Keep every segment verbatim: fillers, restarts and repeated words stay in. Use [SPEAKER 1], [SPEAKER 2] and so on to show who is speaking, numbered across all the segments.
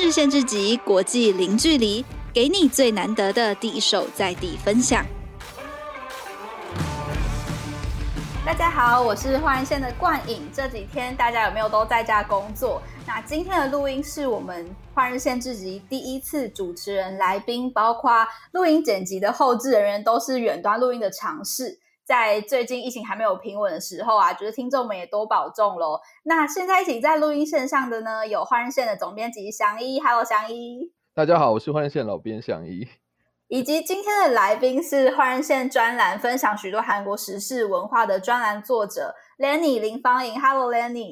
[SPEAKER 1] 日线之集，国际零距离，给你最难得的第一手在地分享。大家好，我是焕然线的冠颖。这几天大家有没有都在家工作？那今天的录音是我们焕然线之集第一次主持人来宾，包括录音剪辑的后制人员都是远端录音的尝试。在最近疫情还没有平稳的时候啊，觉得听众们也多保重咯。那现在一起在录音线上的呢，有焕然线的总编辑祥一 ，Hello 祥一。
[SPEAKER 2] 大家好，我是焕然线老编祥一。
[SPEAKER 1] 以及今天的来宾是焕然线专栏分享许多韩国时事文化的专栏作者 Lenny 林芳莹。 Hello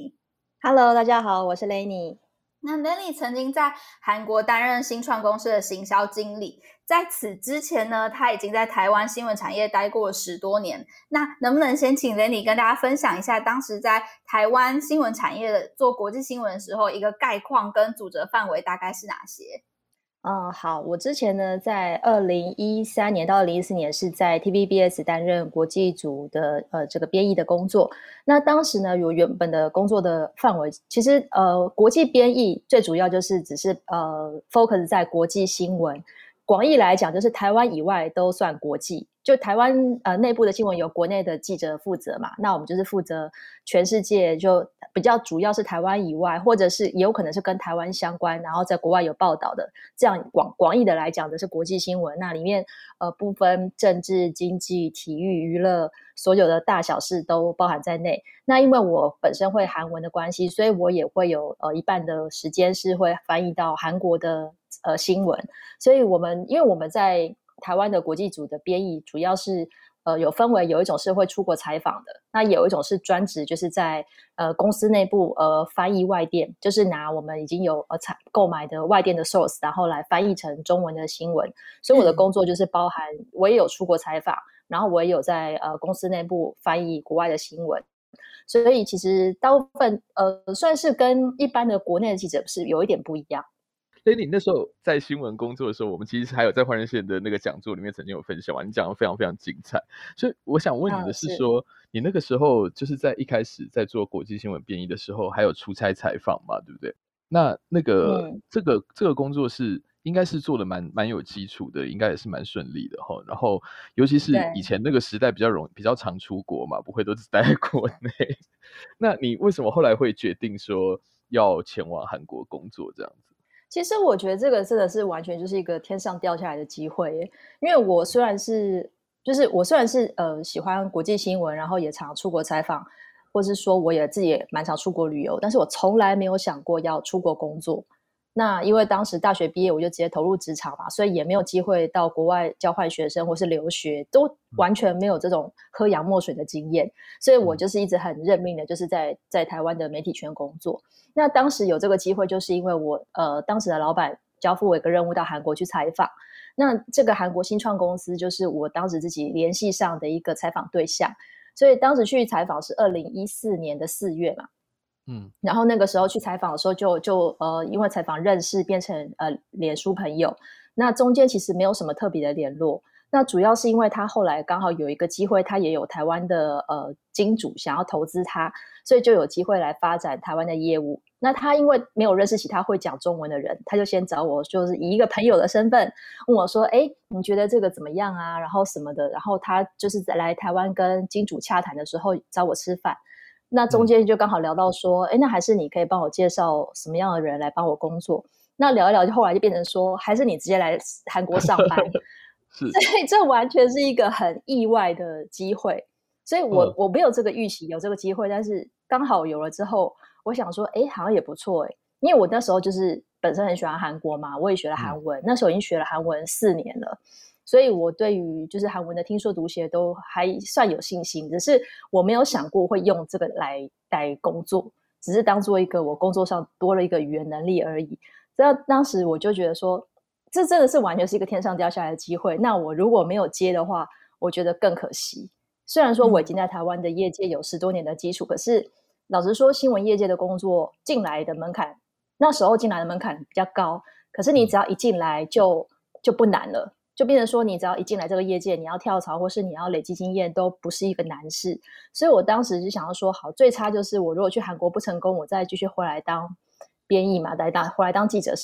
[SPEAKER 1] Lenny。
[SPEAKER 3] Hello 大家好，我是 Lenny。
[SPEAKER 1] 那 Lenny 曾经在韩国担任新创公司的行销经理，在此之前呢，他已经在台湾新闻产业待过了十多年。那能不能先请 Lenny 跟大家分享一下当时在台湾新闻产业做国际新闻的时候，一个概况跟组织范围大概是哪些？
[SPEAKER 3] 嗯，好，我之前呢，在二零一三年到二零一四年是在 T V B S 担任国际组的呃这个编译的工作。那当时呢，有原本的工作的范围，其实呃国际编译最主要就是只是呃 focus 在国际新闻。广义来讲，就是台湾以外都算国际。就台湾呃内部的新闻由国内的记者负责嘛，那我们就是负责全世界，就比较主要是台湾以外，或者是也有可能是跟台湾相关，然后在国外有报道的，这样广广义的来讲的是国际新闻。那里面呃不分政治、经济、体育、娱乐，所有的大小事都包含在内。那因为我本身会韩文的关系，所以我也会有呃一半的时间是会翻译到韩国的呃新闻。所以我们因为我们在台湾的国际组的编译主要是呃有分为有一种是会出国采访的，那有一种是专职就是在呃公司内部呃翻译外电，就是拿我们已经有呃购买的外电的 source 然后来翻译成中文的新闻。所以我的工作就是包含我也有出国采访，然后我也有在呃公司内部翻译国外的新闻。所以其实大部分呃算是跟一般的国内的记者是有一点不一样。
[SPEAKER 2] 所以你那时候在新闻工作的时候，我们其实还有在焕然线的那个讲座里面曾经有分享完，你讲的非常非常精彩。所以我想问你的是说、嗯、是你那个时候就是在一开始在做国际新闻编译的时候还有出差采访嘛，对不对？那那个、嗯、这个这个工作是应该是做的蛮蛮有基础的，应该也是蛮顺利的齁。然后尤其是以前那个时代比较容比较常出国嘛，不会都只待在国内。那你为什么后来会决定说要前往韩国工作这样子？
[SPEAKER 3] 其实我觉得这个真的是完全就是一个天上掉下来的机会耶。因为我虽然是就是我虽然是呃喜欢国际新闻，然后也常出国采访，或是说我也自己也蛮常出国旅游，但是我从来没有想过要出国工作。那因为当时大学毕业我就直接投入职场嘛，所以也没有机会到国外交换学生或是留学，都完全没有这种喝洋墨水的经验。所以我就是一直很认命的就是在在台湾的媒体圈工作。那当时有这个机会就是因为我呃当时的老板交付我一个任务到韩国去采访。那这个韩国新创公司就是我当时自己联系上的一个采访对象。所以当时去采访是二零一四年的四月嘛。嗯，然后那个时候去采访的时候就就呃因为采访认识变成呃脸书朋友。那中间其实没有什么特别的联络。那主要是因为他后来刚好有一个机会，他也有台湾的呃金主想要投资他，所以就有机会来发展台湾的业务。那他因为没有认识其他会讲中文的人，他就先找我，就是以一个朋友的身份问我说，诶，你觉得这个怎么样啊，然后什么的。然后他就是在来台湾跟金主洽谈的时候找我吃饭。那中间就刚好聊到说，诶，那还是你可以帮我介绍什么样的人来帮我工作。那聊一聊就后来就变成说，还是你直接来韩国上班。是，所以这完全是一个很意外的机会。所以我、嗯、我没有这个预期有这个机会，但是刚好有了之后，我想说诶好像也不错诶。因为我那时候就是本身很喜欢韩国嘛，我也学了韩文、嗯、那时候已经学了韩文四年了，所以我对于就是韩文的听说读写都还算有信心。只是我没有想过会用这个来来工作，只是当做一个我工作上多了一个语言能力而已。所以当时我就觉得说这真的是完全是一个天上掉下来的机会，那我如果没有接的话我觉得更可惜。虽然说我已经在台湾的业界有十多年的基础、嗯、可是老实说新闻业界的工作进来的门槛，那时候进来的门槛比较高，可是你只要一进来就就不难了，就变成说你只要一进来这个业界，你要跳槽或是你要累积经验都不是一个难事。所以我当时就想要说好，最差就是我如果去韩国不成功，我再继续回来当编译嘛，再当回来当记者是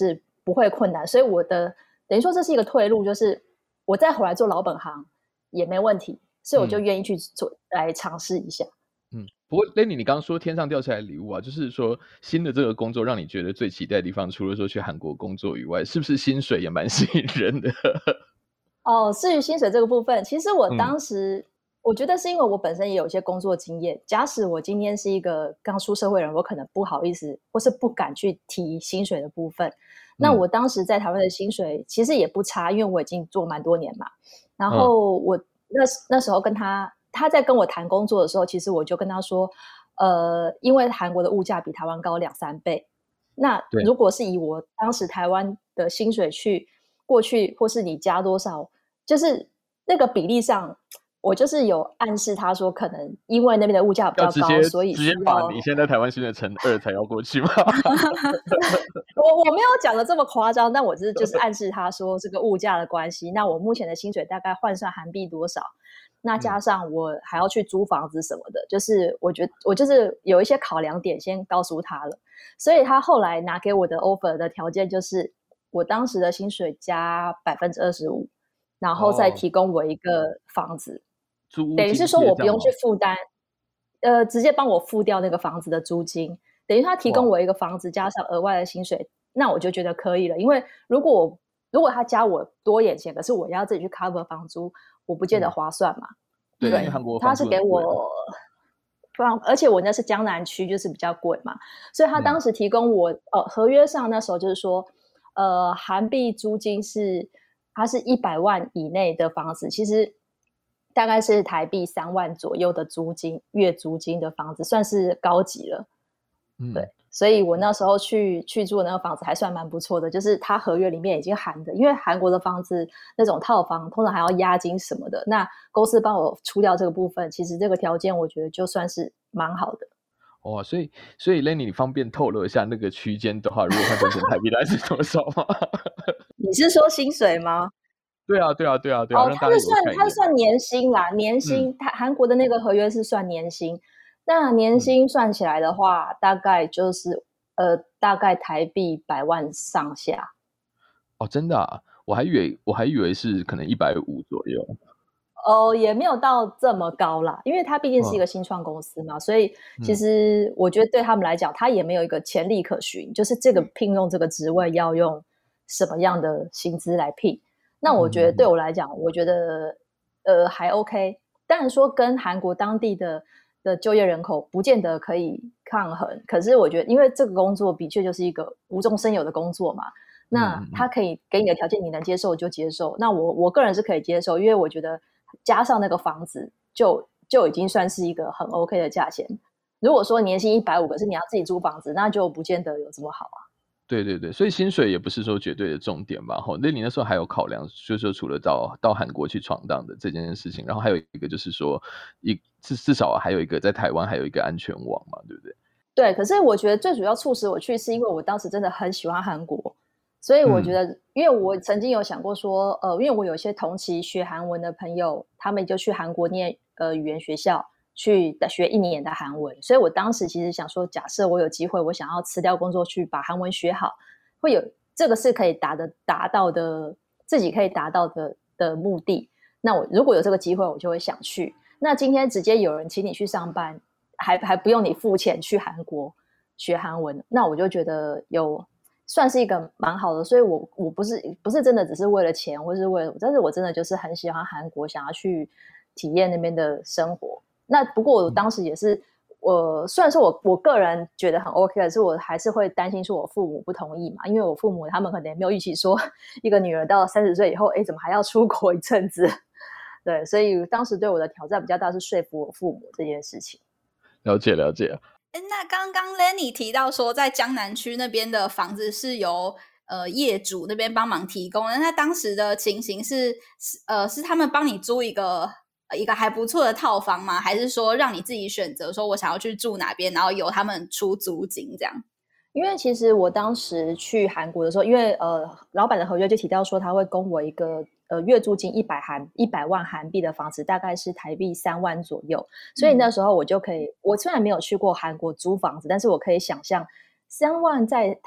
[SPEAKER 3] 不会困难，所以我的等于说这是一个退路，就是我再回来做老本行也没问题，所以我就愿意去做、嗯、来尝试一下。
[SPEAKER 2] 嗯，不过 Lenny 你刚刚说天上掉下来的礼物啊，就是说新的这个工作让你觉得最期待的地方，除了说去韩国工作以外，是不是薪水也蛮吸引人的？
[SPEAKER 3] 哦，至于薪水这个部分，其实我当时、嗯、我觉得是因为我本身也有一些工作经验，假使我今天是一个刚出社会的人，我可能不好意思或是不敢去提薪水的部分。那我当时在台湾的薪水其实也不差，因为我已经做蛮多年嘛。然后我那那时候跟他他在跟我谈工作的时候，其实我就跟他说，呃，因为韩国的物价比台湾高两三倍，那如果是以我当时台湾的薪水去过去，或是你加多少，就是那个比例上，我就是有暗示他说，可能因为那边的物价比较高，所以
[SPEAKER 2] 直接把你现在台湾薪水乘二才要过去吗？
[SPEAKER 3] 我我没有讲的这么夸张，但我只是就是暗示他说这个物价的关系。那我目前的薪水大概换算韩币多少？那加上我还要去租房子什么的，嗯、就是我觉得我就是有一些考量点先告诉他了，所以他后来拿给我的 offer 的条件就是我当时的薪水加百分之二十五，然后再提供我一个房子，
[SPEAKER 2] 哦、
[SPEAKER 3] 等于是说我不用去负担，呃，直接帮我付掉那个房子的租金，等于他提供我一个房子加上额外的薪水，那我就觉得可以了。因为如果我如果他加我多一点钱，可是我要自己去 cover 房租，我不见得划算嘛。
[SPEAKER 2] 嗯、对，因为韩国
[SPEAKER 3] 他是给我，而且我那是江南区，就是比较贵嘛，所以他当时提供我，嗯、呃，合约上那时候就是说，呃，韩币租金是它是一百万以内的房子，其实大概是台币三万左右的租金，月租金的房子算是高级了。嗯，对。所以我那时候去去住的那个房子还算蛮不错的，就是它合约里面已经含的，因为韩国的房子那种套房通常还要押金什么的，那公司帮我出掉这个部分，其实这个条件我觉得就算是蛮好的。
[SPEAKER 2] 哦，所以所以 Lenny 你方便透露一下那个区间的话，如果换成台币大概是多少吗？
[SPEAKER 3] 你是说薪水吗？
[SPEAKER 2] 对啊对啊对啊对啊，
[SPEAKER 3] 哦，它是算它是算年薪啦，年薪，它、嗯、韩国的那个合约是算年薪。那年薪算起来的话，嗯、大概就是呃，大概台币百万上下。
[SPEAKER 2] 哦，真的啊？我还以为我还以为是可能一百五左右。
[SPEAKER 3] 哦，也没有到这么高啦，因为它毕竟是一个新创公司嘛，嗯、所以其实我觉得对他们来讲，他也没有一个潜力可循，就是这个聘用这个职位要用什么样的薪资来聘。那我觉得对我来讲，我觉得呃还 OK。当然说跟韩国当地的。的就业人口不见得可以抗衡，可是我觉得因为这个工作的确就是一个无中生有的工作嘛，那他可以给你的条件你能接受就接受，那我我个人是可以接受，因为我觉得加上那个房子就就已经算是一个很 OK 的价钱。如果说年薪一百五可是你要自己租房子，那就不见得有这么好啊。
[SPEAKER 2] 对对对，所以薪水也不是说绝对的重点吧。那你那时候还有考量，就是说除了到到韩国去闯荡的这件事情，然后还有一个就是说，一至至少还有一个在台湾还有一个安全网嘛，对不对？
[SPEAKER 3] 对，可是我觉得最主要促使我去，是因为我当时真的很喜欢韩国，所以我觉得，嗯、因为我曾经有想过说，呃，因为我有些同期学韩文的朋友，他们就去韩国念呃语言学校。去学一年的韩文，所以我当时其实想说，假设我有机会，我想要辞掉工作去把韩文学好，会有这个是可以达的达到的，自己可以达到的的目的。那我如果有这个机会，我就会想去。那今天直接有人请你去上班，还还不用你付钱去韩国学韩文，那我就觉得有算是一个蛮好的。所以我我不是不是真的只是为了钱，或是为了，但是我真的就是很喜欢韩国，想要去体验那边的生活。那不过我当时也是，我虽然说我我个人觉得很 OK， 可是我还是会担心说我父母不同意嘛，因为我父母他们可能也没有预期说一个女儿到三十岁以后，哎，怎么还要出国一阵子？对，所以当时对我的挑战比较大是说服我父母这件事情。
[SPEAKER 2] 了解了解。
[SPEAKER 1] 那刚刚 Lenny 提到说，在江南区那边的房子是由呃业主那边帮忙提供的，那当时的情形是呃是他们帮你租一个。一个还不错的套房吗？还是说让你自己选择，说我想要去住哪边，然后由他们出租金这样？
[SPEAKER 3] 因为其实我当时去韩国的时候，因为呃老板的合约就提到说他会供我一个呃月租金一百韩一百万韩币的房子，大概是台币三万左右，所以那时候我就可以，嗯、我虽然没有去过韩国租房子，但是我可以想象三万在台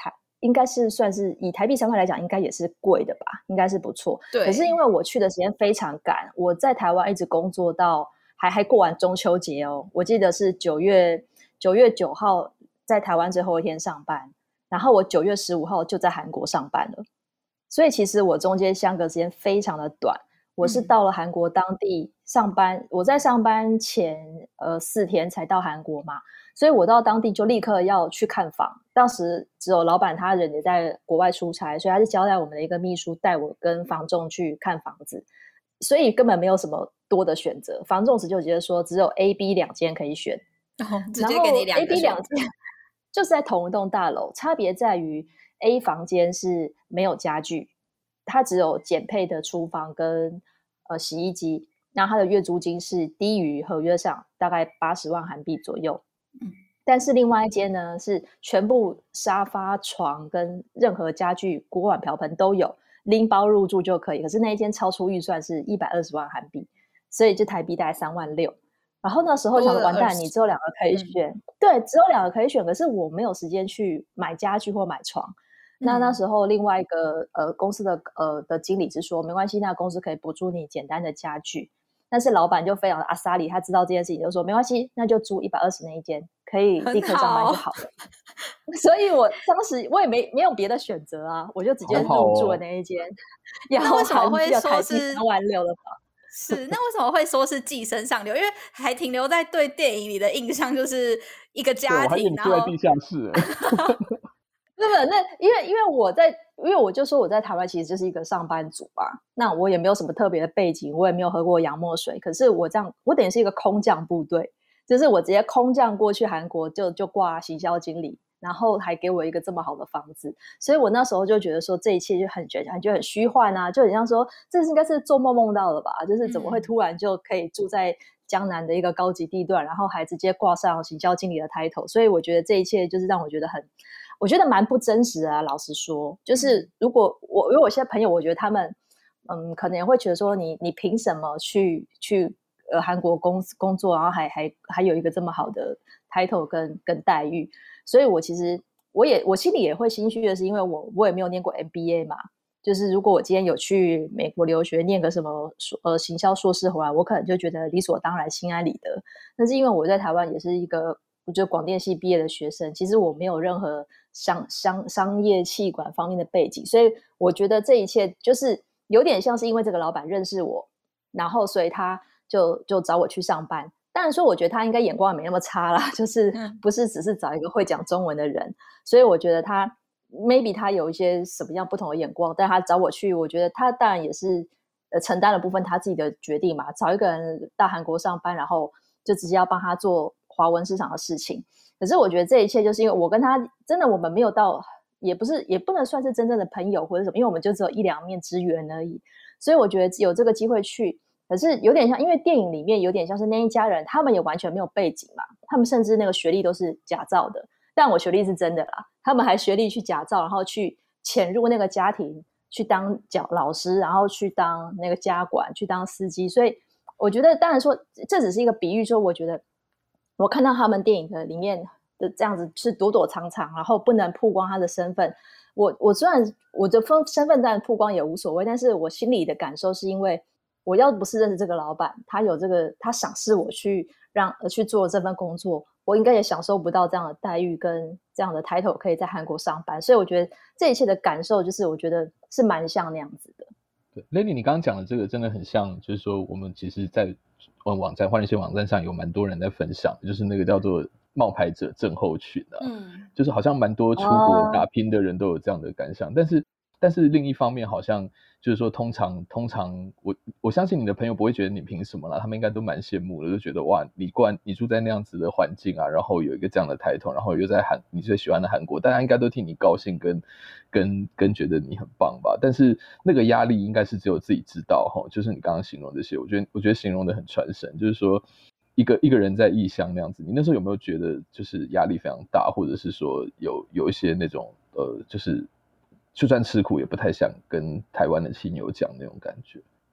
[SPEAKER 3] 应该是算是以台币三块来讲，应该也是贵的吧，应该是不错。
[SPEAKER 1] 对。
[SPEAKER 3] 可是因为我去的时间非常赶，我在台湾一直工作到还还过完中秋节哦，我记得是九月九月九号在台湾最后一天上班，然后我九月十五号就在韩国上班了。所以其实我中间相隔时间非常的短，我是到了韩国当地上班，嗯、我在上班前呃四天才到韩国嘛，所以我到当地就立刻要去看房。当时只有老板他人也在国外出差，所以他是交代我们的一个秘书带我跟房仲去看房子，所以根本没有什么多的选择。房仲时就直接说只有 A、B 两间可以选，
[SPEAKER 1] 哦，直接给你两个
[SPEAKER 3] A、B 两间就是在同一栋大楼，差别在于 A 房间是没有家具，它只有简配的厨房跟呃洗衣机，那它的月租金是低于合约上大概八十万韩币左右。嗯，但是另外一间呢是全部沙发、床跟任何家具、锅碗瓢盆都有，拎包入住就可以。可是那一间超出预算是一百二十万韩币，所以就台币大概三万六。然后那时候想完蛋，你只有两个可以选，嗯、对，只有两个可以选，可是我没有时间去买家具或买床。那那时候另外一个呃公司的呃的经理是说没关系，那公司可以补助你简单的家具，但是老板就非常的阿萨里，他知道这件事情就说没关系，那就租一百二十那一间，可以立刻上班就好了。所以我当时我也没没有别的选择啊，我就直接入住了那一间。
[SPEAKER 1] 那为什么会说是
[SPEAKER 3] 三万六的房？
[SPEAKER 1] 是，那为什么会说是寄生上流？因为还停留在对电影里的印象就是一个家庭，
[SPEAKER 2] 然后我还以为你住在地下室。
[SPEAKER 3] 不不，那因为因为我在，因为我就说我在台湾其实就是一个上班族嘛，那我也没有什么特别的背景，我也没有喝过洋墨水，可是我这样，我等于是一个空降部队，就是我直接空降过去韩国就就挂行销经理，然后还给我一个这么好的房子，所以我那时候就觉得说这一切就很觉得就很虚幻啊，就很像说这应该是做梦梦到了吧，就是怎么会突然就可以住在江南的一个高级地段，然后还直接挂上行销经理的 title， 所以我觉得这一切就是让我觉得很。我觉得蛮不真实的啊，老实说，就是如果我因为我现在朋友，我觉得他们嗯，可能也会觉得说你你凭什么去去呃韩国工工作，然后还还还有一个这么好的 title 跟跟待遇，所以我其实我也我心里也会心虚的是，因为我我也没有念过 M B A 嘛，就是如果我今天有去美国留学，念个什么呃行销硕士回来，我可能就觉得理所当然，心安理得。但是因为我在台湾也是一个。我觉得广电系毕业的学生，其实我没有任何商商商业企管方面的背景，所以我觉得这一切就是有点像是因为这个老板认识我，然后所以他就就找我去上班。当然说，我觉得他应该眼光也没那么差啦，就是不是只是找一个会讲中文的人，所以我觉得他 maybe 他有一些什么样不同的眼光，但他找我去，我觉得他当然也是呃承担了部分他自己的决定嘛，找一个人到韩国上班，然后就直接要帮他做。华文市场的事情，可是我觉得这一切就是因为我跟他真的我们没有到，也不是也不能算是真正的朋友或者什么，因为我们就只有一两面之缘而已。所以我觉得有这个机会去，可是有点像，因为电影里面有点像是那一家人，他们也完全没有背景嘛，他们甚至那个学历都是假造的，但我学历是真的啦，他们还学历去假造，然后去潜入那个家庭去当教老师，然后去当那个家管，去当司机。所以我觉得，当然说这只是一个比喻，说我觉得。我看到他们电影的里面的这样子是躲躲藏藏，然后不能曝光他的身份。我我虽然我的身份当然曝光也无所谓，但是我心里的感受是因为我要不是认识这个老板，他有这个他赏识我去让去做这份工作，我应该也享受不到这样的待遇跟这样的 title 可以在韩国上班。所以我觉得这一切的感受就是我觉得是蛮像那样子的。
[SPEAKER 2] 对 Lady 你刚刚讲的这个真的很像，就是说我们其实在网站换人线网站上有蛮多人在分享，就是那个叫做冒牌者症候群啊，嗯，就是好像蛮多出国打拼的人都有这样的感想，哦、但是但是另一方面好像就是说通常通常我我相信你的朋友不会觉得你凭什么啦，他们应该都蛮羡慕的，就觉得哇你惯你住在那样子的环境啊，然后有一个这样的title，然后又在韩你最喜欢的韩国，大家应该都替你高兴跟跟跟觉得你很棒吧，但是那个压力应该是只有自己知道齁，就是你刚刚形容这些，我觉得我觉得形容的很传神，就是说一个一个人在异乡那样子，你那时候有没有觉得就是压力非常大，或者是说有有一些那种呃就是就算吃苦也不太想跟台湾的亲友讲那种感觉？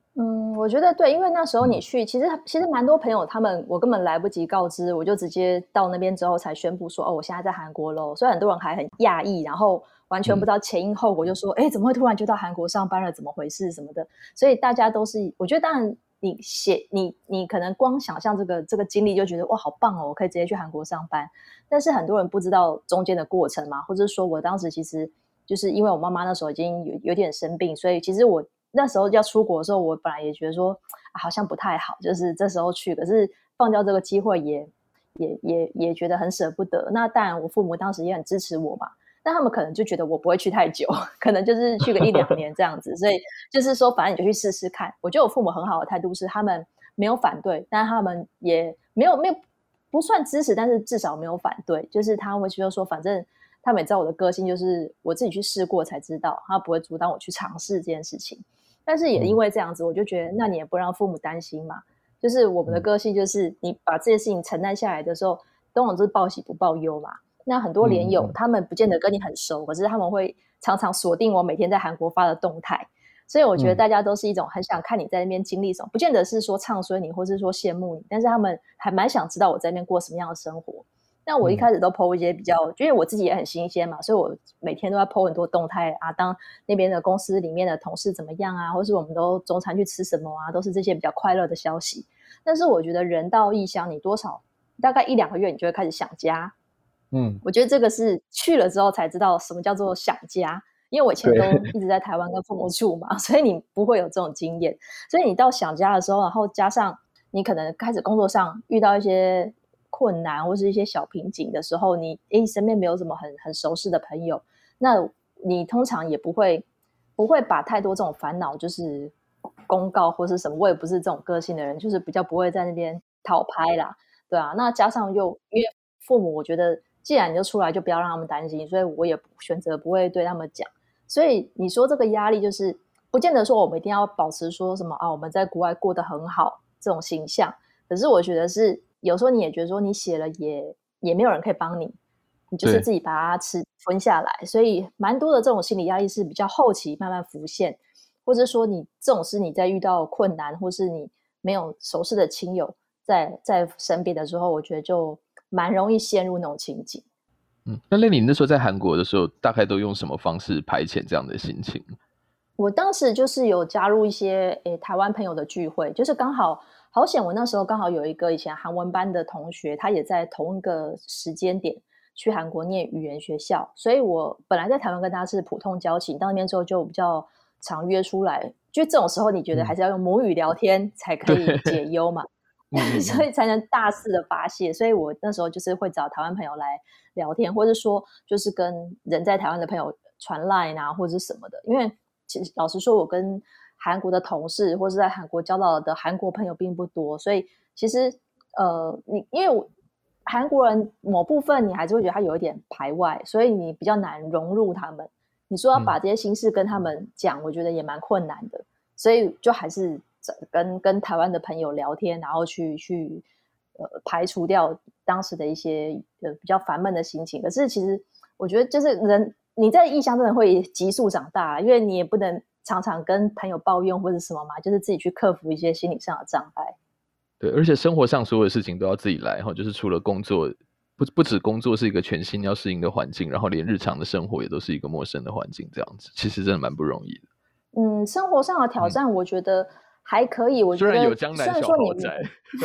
[SPEAKER 3] 嗯，我觉得对，因为那时候你去，其实其实蛮多朋友，他们我根本来不及告知，我就直接到那边之后才宣布说，哦，我现在在韩国咯。所以很多人还很讶异，然后完全不知道前因后果，就说，哎，怎么会突然就到韩国上班了？怎么回事什么的？所以大家都是，我觉得当然你写你你可能光想象这个这个经历就觉得哇好棒哦，我可以直接去韩国上班。但是很多人不知道中间的过程嘛，或者说我当时其实就是因为我妈妈那时候已经有有点生病，所以其实我。那时候要出国的时候，我本来也觉得说、啊、好像不太好，就是这时候去，可是放掉这个机会也也也也觉得很舍不得。那当然，我父母当时也很支持我嘛，但他们可能就觉得我不会去太久，可能就是去个一两年这样子，所以就是说，反正你就去试试看。我觉得我父母很好的态度是，他们没有反对，但他们也没有没有不算支持，但是至少没有反对，就是他会觉得说，反正。他们也知道我的个性，就是我自己去试过才知道，他不会阻挡我去尝试这件事情。但是也因为这样子，我就觉得，那你也不让父母担心嘛。就是我们的个性，就是你把这些事情承担下来的时候，通常都是报喜不报忧嘛。那很多连友，他们不见得跟你很熟，可是他们会常常锁定我每天在韩国发的动态。所以我觉得大家都是一种很想看你在那边经历什么，不见得是说唱衰你，或是说羡慕你，但是他们还蛮想知道我在那边过什么样的生活。那我一开始都 po 一些比较，因为我自己也很新鲜嘛，所以我每天都在 po 很多动态啊，当那边的公司里面的同事怎么样啊，或是我们都中餐去吃什么啊，都是这些比较快乐的消息。但是我觉得人到异乡，你多少大概一两个月，你就会开始想家。嗯，我觉得这个是去了之后才知道什么叫做想家，因为我以前都一直在台湾跟父母住嘛，所以你不会有这种经验。所以你到想家的时候，然后加上你可能开始工作上遇到一些困难或是一些小瓶颈的时候，你诶身边没有什么很很熟识的朋友，那你通常也不会不会把太多这种烦恼就是公告或是什么。我也不是这种个性的人，就是比较不会在那边讨拍啦，对啊。那加上又因为父母，我觉得既然你就出来，就不要让他们担心，所以我也选择不会对他们讲。所以你说这个压力，就是不见得说我们一定要保持说什么啊，我们在国外过得很好这种形象，可是我觉得是。有时候你也觉得说你写了也也没有人可以帮你，你就是自己把它吃吞下来，所以蛮多的这种心理压力是比较后期慢慢浮现，或者说你这种事你在遇到困难或是你没有熟识的亲友在在身边的时候，我觉得就蛮容易陷入那种情景。
[SPEAKER 2] 嗯，那Lily你那时候在韩国的时候，大概都用什么方式排遣这样的心情？
[SPEAKER 3] 我当时就是有加入一些诶台湾朋友的聚会，就是刚好好险，我那时候刚好有一个以前韩文班的同学，他也在同一个时间点去韩国念语言学校，所以我本来在台湾跟他是普通交情，到那边之后就比较常约出来。就这种时候，你觉得还是要用母语聊天才可以解忧嘛，嗯、所以才能大肆的发泄。所以我那时候就是会找台湾朋友来聊天，或者说就是跟人在台湾的朋友传 line 啊，或者是什么的，因为。其实老实说，我跟韩国的同事或是在韩国交到的韩国朋友并不多，所以其实呃，你因为我韩国人某部分你还是会觉得他有一点排外，所以你比较难融入他们。你说要把这些心事跟他们讲，嗯、我觉得也蛮困难的，所以就还是跟跟台湾的朋友聊天，然后去去呃排除掉当时的一些呃比较烦闷的心情。可是其实我觉得就是人。你在异乡真的会急速长大，因为你也不能常常跟朋友抱怨或者什么嘛，就是自己去克服一些心理上的障碍。
[SPEAKER 2] 对，而且生活上所有的事情都要自己来，就是除了工作，不不止工作是一个全新要适应的环境，然后连日常的生活也都是一个陌生的环境，这样子其实真的蛮不容易的。
[SPEAKER 3] 嗯，生活上的挑战我觉得还可以，嗯、我觉得
[SPEAKER 2] 虽然有江南小豪宅，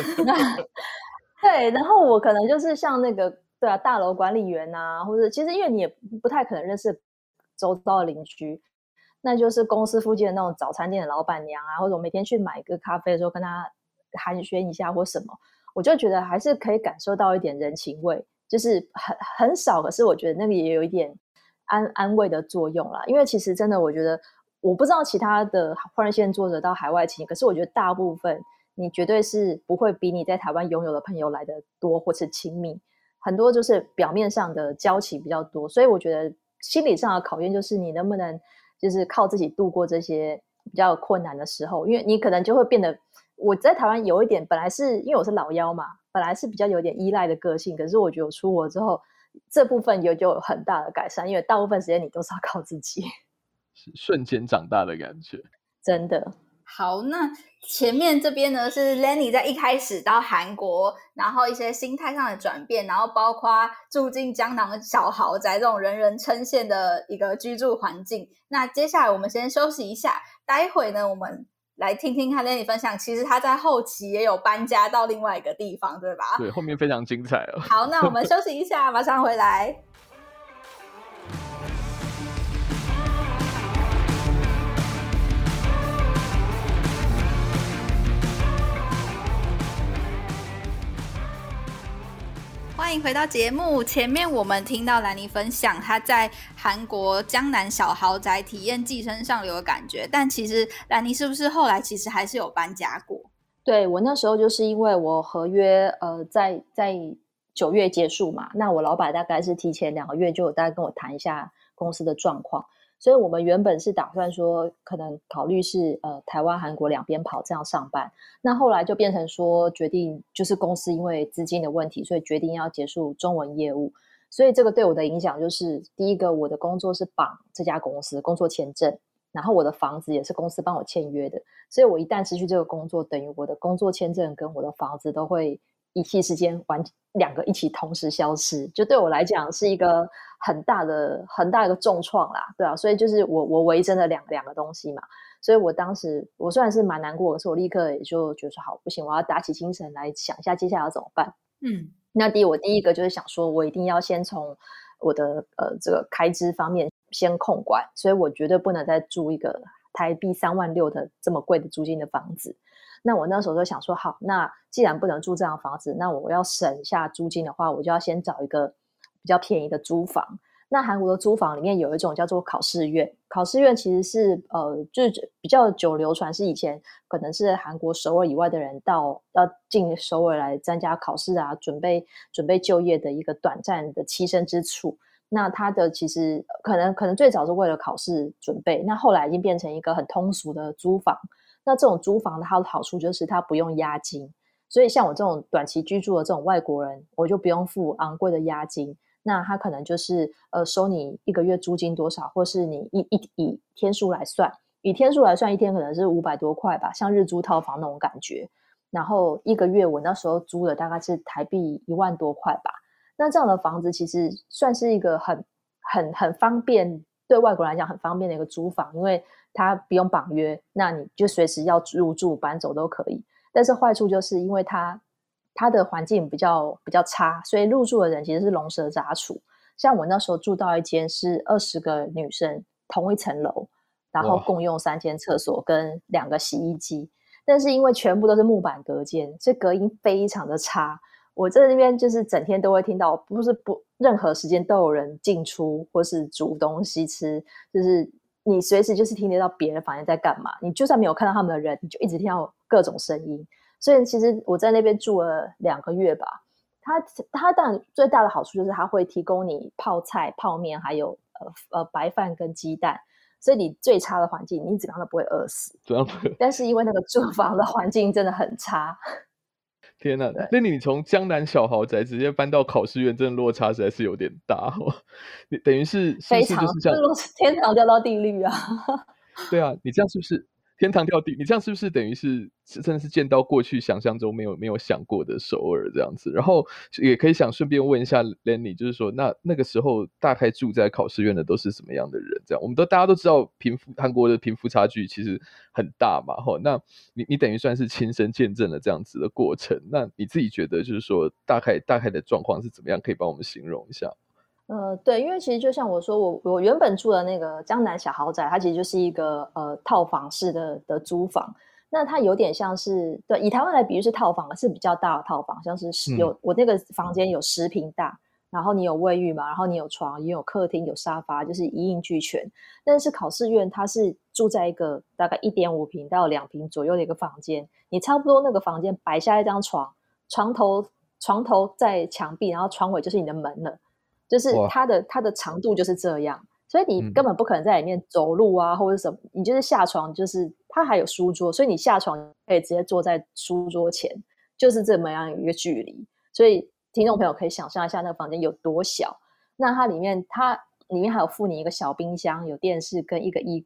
[SPEAKER 3] 对，然后我可能就是像那个。对啊，大楼管理员啊，或者其实因为你也不太可能认识周遭的邻居，那就是公司附近的那种早餐店的老板娘啊，或者我每天去买一个咖啡的时候跟他寒暄一下或什么，我就觉得还是可以感受到一点人情味，就是很很少，可是我觉得那个也有一点安安慰的作用啦。因为其实真的，我觉得我不知道其他的换人线作者到海外情，可是我觉得大部分你绝对是不会比你在台湾拥有的朋友来的多或是亲密。很多就是表面上的交情比较多，所以我觉得心理上的考验就是你能不能就是靠自己度过这些比较困难的时候，因为你可能就会变得，我在台湾有一点本来是因为我是老幺嘛，本来是比较有点依赖的个性，可是我觉得我出国之后这部分有就有很大的改善，因为大部分时间你都是要靠自己，
[SPEAKER 2] 是瞬间长大的感觉，
[SPEAKER 3] 真的。
[SPEAKER 1] 好，那前面这边呢是 Lenny 在一开始到韩国，然后一些心态上的转变，然后包括住进江南小豪宅这种人人称羡的一个居住环境。那接下来我们先休息一下，待会呢我们来听听看 Lenny 分享，其实他在后期也有搬家到另外一个地方，对吧？
[SPEAKER 2] 对，后面非常精彩哦。
[SPEAKER 1] 好，那我们休息一下，马上回来。欢迎回到节目。前面我们听到兰妮分享她在韩国江南小豪宅体验寄生上流的感觉，但其实兰妮是不是后来其实还是有搬家过？
[SPEAKER 3] 对，我那时候就是因为我合约呃在在九月结束嘛，那我老板大概是提前两个月就有大概跟我谈一下公司的状况，所以我们原本是打算说可能考虑是呃台湾韩国两边跑这样上班，那后来就变成说决定就是公司因为资金的问题，所以决定要结束中文业务，所以这个对我的影响就是第一个我的工作是绑这家公司工作签证，然后我的房子也是公司帮我签约的，所以我一旦失去这个工作，等于我的工作签证跟我的房子都会一夕之间完两个一起同时消失，就对我来讲是一个很大的很大的一个重创啦，对啊，所以就是我我为真的两两个东西嘛，所以我当时我虽然是蛮难过的，可是我立刻也就觉得说好不行，我要打起精神来想一下接下来要怎么办。嗯，那第一我第一个就是想说我一定要先从我的呃这个开支方面先控管，所以我绝对不能再住一个台币三万六的这么贵的租金的房子。那我那时候就想说，好，那既然不能住这样的房子，那我要省下租金的话，我就要先找一个比较便宜的租房。那韩国的租房里面有一种叫做考试院，考试院其实是呃，就是比较久流传，是以前可能是韩国首尔以外的人到要进首尔来参加考试啊，准备准备就业的一个短暂的栖身之处。那它的其实可能可能最早是为了考试准备，那后来已经变成一个很通俗的租房。那这种租房它的好处就是它不用押金，所以像我这种短期居住的这种外国人，我就不用付昂贵的押金。那他可能就是呃收你一个月租金多少，或是你一一以天数来算，以天数来算，一天可能是五百多块吧，像日租套房那种感觉。然后一个月我那时候租的大概是台币一万多块吧。那这样的房子其实算是一个很很很方便，对外国人来讲很方便的一个租房，因为它不用绑约，那你就随时要入住搬走都可以。但是坏处就是因为它它的环境比较比较差，所以入住的人其实是龙蛇杂处。像我那时候住到一间是二十个女生同一层楼，然后共用三间厕所跟两个洗衣机，但是因为全部都是木板隔间，所以隔音非常的差。我在那边就是整天都会听到，不是不任何时间都有人进出或是煮东西吃，就是你随时就是听得到别人房间在干嘛，你就算没有看到他们的人，你就一直听到各种声音。所以其实我在那边住了两个月吧，它它当然最大的好处就是它会提供你泡菜、泡面，还有呃呃白饭跟鸡蛋，所以你最差的环境，你怎么样都不会饿死。
[SPEAKER 2] 怎样？
[SPEAKER 3] 但是因为那个住房的环境真的很差。
[SPEAKER 2] 天哪，那你从江南小豪宅直接搬到考试院，真的落差实在是有点大哦。你等于是
[SPEAKER 3] 非常，
[SPEAKER 2] 是不是就是像
[SPEAKER 3] 天堂掉到地狱啊？
[SPEAKER 2] 对啊，你这样是不是天堂掉地？你这样是不是等于是真的是见到过去想象中没有没有想过的首尔这样子？然后也可以想顺便问一下 Lenny， 就是说那那个时候大概住在考试院的都是什么样的人？这样我们都大家都知道贫富韩国的贫富差距其实很大嘛，吼，那你你等于算是亲身见证了这样子的过程。那你自己觉得就是说大概大概的状况是怎么样？可以帮我们形容一下？
[SPEAKER 3] 呃，对，因为其实就像我说，我我原本住的那个江南小豪宅，它其实就是一个呃套房式的的租房。那它有点像是，对，以台湾来比喻是套房，是比较大的套房，像是有、嗯、我那个房间有十平大，然后你有卫浴嘛，然后你有床，也有客厅，有沙发，就是一应俱全。但是考试院它是住在一个大概一点五平到两平左右的一个房间，你差不多那个房间摆下一张床，床头床头在墙壁，然后床尾就是你的门了。就是它的它的长度就是这样，所以你根本不可能在里面走路啊、嗯、或者什么，你就是下床，就是它还有书桌，所以你下床可以直接坐在书桌前，就是这么样一个距离。所以听众朋友可以想象一下那个房间有多小。那它里面它里面还有附你一个小冰箱，有电视跟一个衣柜。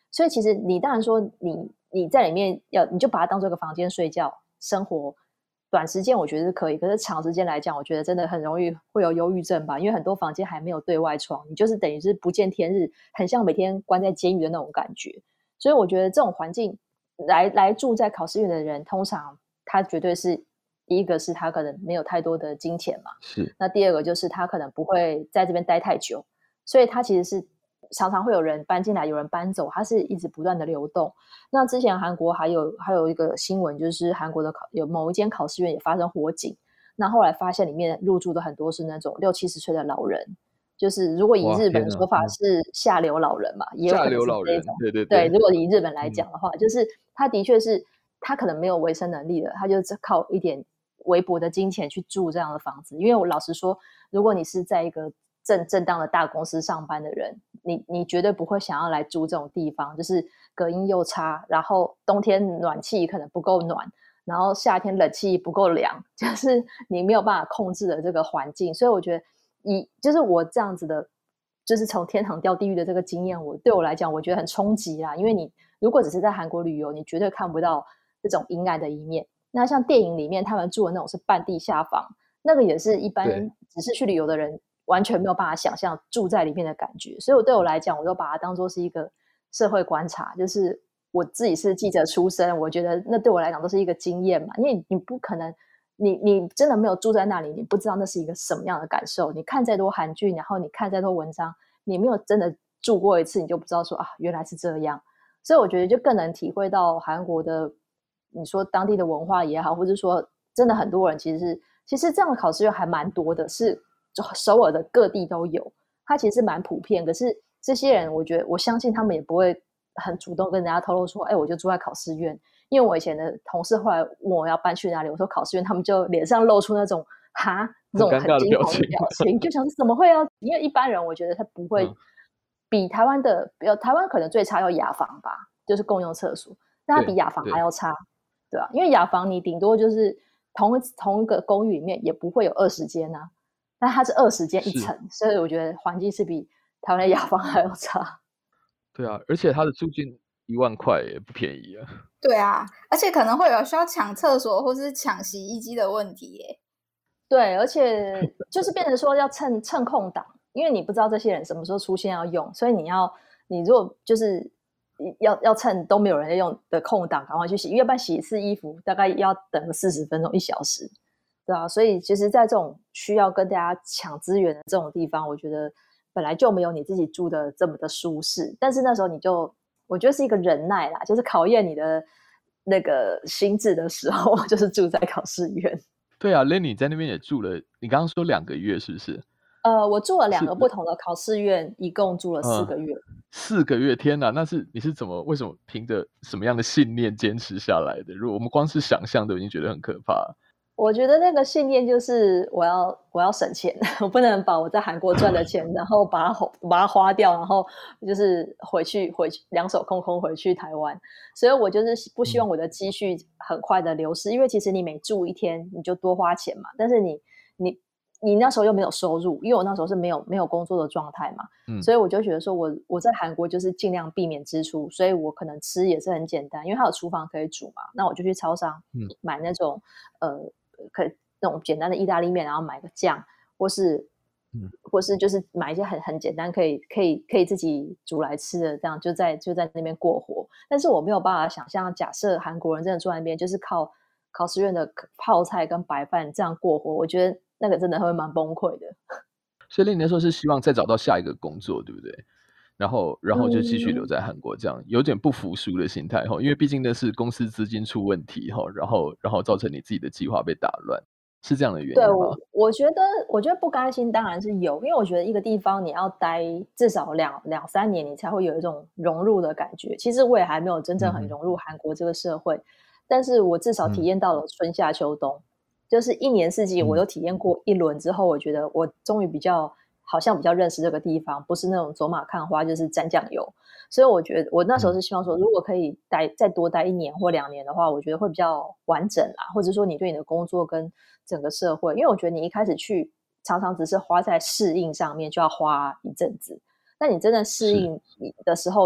[SPEAKER 3] 所以其实你当然说你你在里面要你就把它当做一个房间睡觉生活，短时间我觉得是可以，可是长时间来讲我觉得真的很容易会有忧郁症吧，因为很多房间还没有对外窗，你就是等于是不见天日，很像每天关在监狱的那种感觉。所以我觉得这种环境来来住在考试院的人，通常他绝对是第一个是他可能没有太多的金钱嘛，
[SPEAKER 2] 是。
[SPEAKER 3] 那第二个就是他可能不会在这边待太久，所以他其实是常常会有人搬进来，有人搬走，它是一直不断的流动。那之前韩国还有还有一个新闻，就是韩国的考有某一间考试院也发生火警，那后来发现里面入住的很多是那种六七十岁的老人，就是如果以日本的说法是下流老人嘛，也有可能是这种。
[SPEAKER 2] 下流老人，对对
[SPEAKER 3] 对，如果以日本来讲的话，嗯、就是他的确是他可能没有维生能力的，他就是靠一点微薄的金钱去住这样的房子。因为我老实说，如果你是在一个正正当的大公司上班的人，你你绝对不会想要来住这种地方，就是隔音又差，然后冬天暖气可能不够暖，然后夏天冷气不够凉，就是你没有办法控制的这个环境。所以我觉得以就是我这样子的就是从天堂掉地狱的这个经验，我对我来讲我觉得很冲击啦。因为你如果只是在韩国旅游，你绝对看不到这种阴暗的一面。那像电影里面他们住的那种是半地下房，那个也是一般只是去旅游的人完全没有办法想象住在里面的感觉。所以我对我来讲，我都把它当作是一个社会观察，就是我自己是记者出身，我觉得那对我来讲都是一个经验嘛。因为你不可能你你真的没有住在那里，你不知道那是一个什么样的感受。你看再多韩剧，然后你看再多文章，你没有真的住过一次，你就不知道说啊原来是这样。所以我觉得就更能体会到韩国的你说当地的文化也好，或者说真的很多人其实是其实这样的考试院还蛮多的，是首尔的各地都有，它其实是蛮普遍。可是这些人我觉得我相信他们也不会很主动跟人家透露说哎，我就住在考试院。因为我以前的同事后来问我要搬去哪里，我说考试院，他们就脸上露出那种哈这种很惊恐的表情，就想是怎么会要？因为一般人我觉得他不会、嗯、比台湾的，比台湾可能最差要雅房吧，就是共用厕所，但它比雅房还要差， 对, 对吧？因为雅房你顶多就是同同一个公寓里面也不会有二十间啊，但它是二十间一层，所以我觉得环境是比台湾的雅房还要差。
[SPEAKER 2] 对啊，而且它的租金一万块也不便宜啊。
[SPEAKER 1] 对啊，而且可能会有需要抢厕所或是抢洗衣机的问题耶。
[SPEAKER 3] 对，而且就是变成说要趁趁空档，因为你不知道这些人什么时候出现要用，所以你要你如果就是要要趁都没有人在用的空档赶快去洗，要不然洗一次衣服大概要等个四十分钟一小时，对啊。所以其实在这种需要跟大家抢资源的这种地方，我觉得本来就没有你自己住的这么的舒适，但是那时候你就我觉得是一个忍耐啦，就是考验你的那个心智的时候，就是住在考试院。
[SPEAKER 2] 对啊 Lenny 在那边也住了，你刚刚说两个月是不是？
[SPEAKER 3] 呃，我住了两个不同的考试院，一共住了四个月。
[SPEAKER 2] 嗯、四个月，天哪！那是你是怎么为什么凭着什么样的信念坚持下来的？如果我们光是想象都已经觉得很可怕了。
[SPEAKER 3] 我觉得那个信念就是我要我要省钱，我不能把我在韩国赚的钱，然后把它把它花掉，然后就是回去回去两手空空回去台湾。所以我就是不希望我的积蓄很快的流失，嗯、因为其实你每住一天你就多花钱嘛，但是你你你那时候又没有收入，因为我那时候是没有没有工作的状态嘛，嗯、所以我就觉得说我我在韩国就是尽量避免支出，所以我可能吃也是很简单，因为它有厨房可以煮嘛，那我就去超商买那种、嗯、呃。可以那种简单的意大利面，然后买个酱，或是、嗯、或是就是买一些很很简单可以可以可以自己煮来吃的，这样就在就在那边过活。但是我没有办法想象，假设韩国人真的住在那边，就是靠考试院的泡菜跟白饭这样过活，我觉得那个真的会蛮崩溃的。
[SPEAKER 2] 所以你那时候是希望再找到下一个工作，对不对？然后然后就继续留在韩国，这样、嗯、有点不服输的心态，因为毕竟那是公司资金出问题，然后然后造成你自己的计划被打乱，是这样的原因吗？
[SPEAKER 3] 对，我我觉得我觉得不甘心当然是有，因为我觉得一个地方你要待至少两两三年，你才会有一种融入的感觉。其实我也还没有真正很融入韩国这个社会，嗯、但是我至少体验到了春夏秋冬，嗯、就是一年四季我都体验过一轮之后，我觉得我终于比较好像比较认识这个地方，不是那种走马看花就是沾酱油。所以我觉得我那时候是希望说，如果可以待再多待一年或两年的话，我觉得会比较完整啦，或者说你对你的工作跟整个社会，因为我觉得你一开始去常常只是花在适应上面就要花一阵子，那你真的适应的时候，你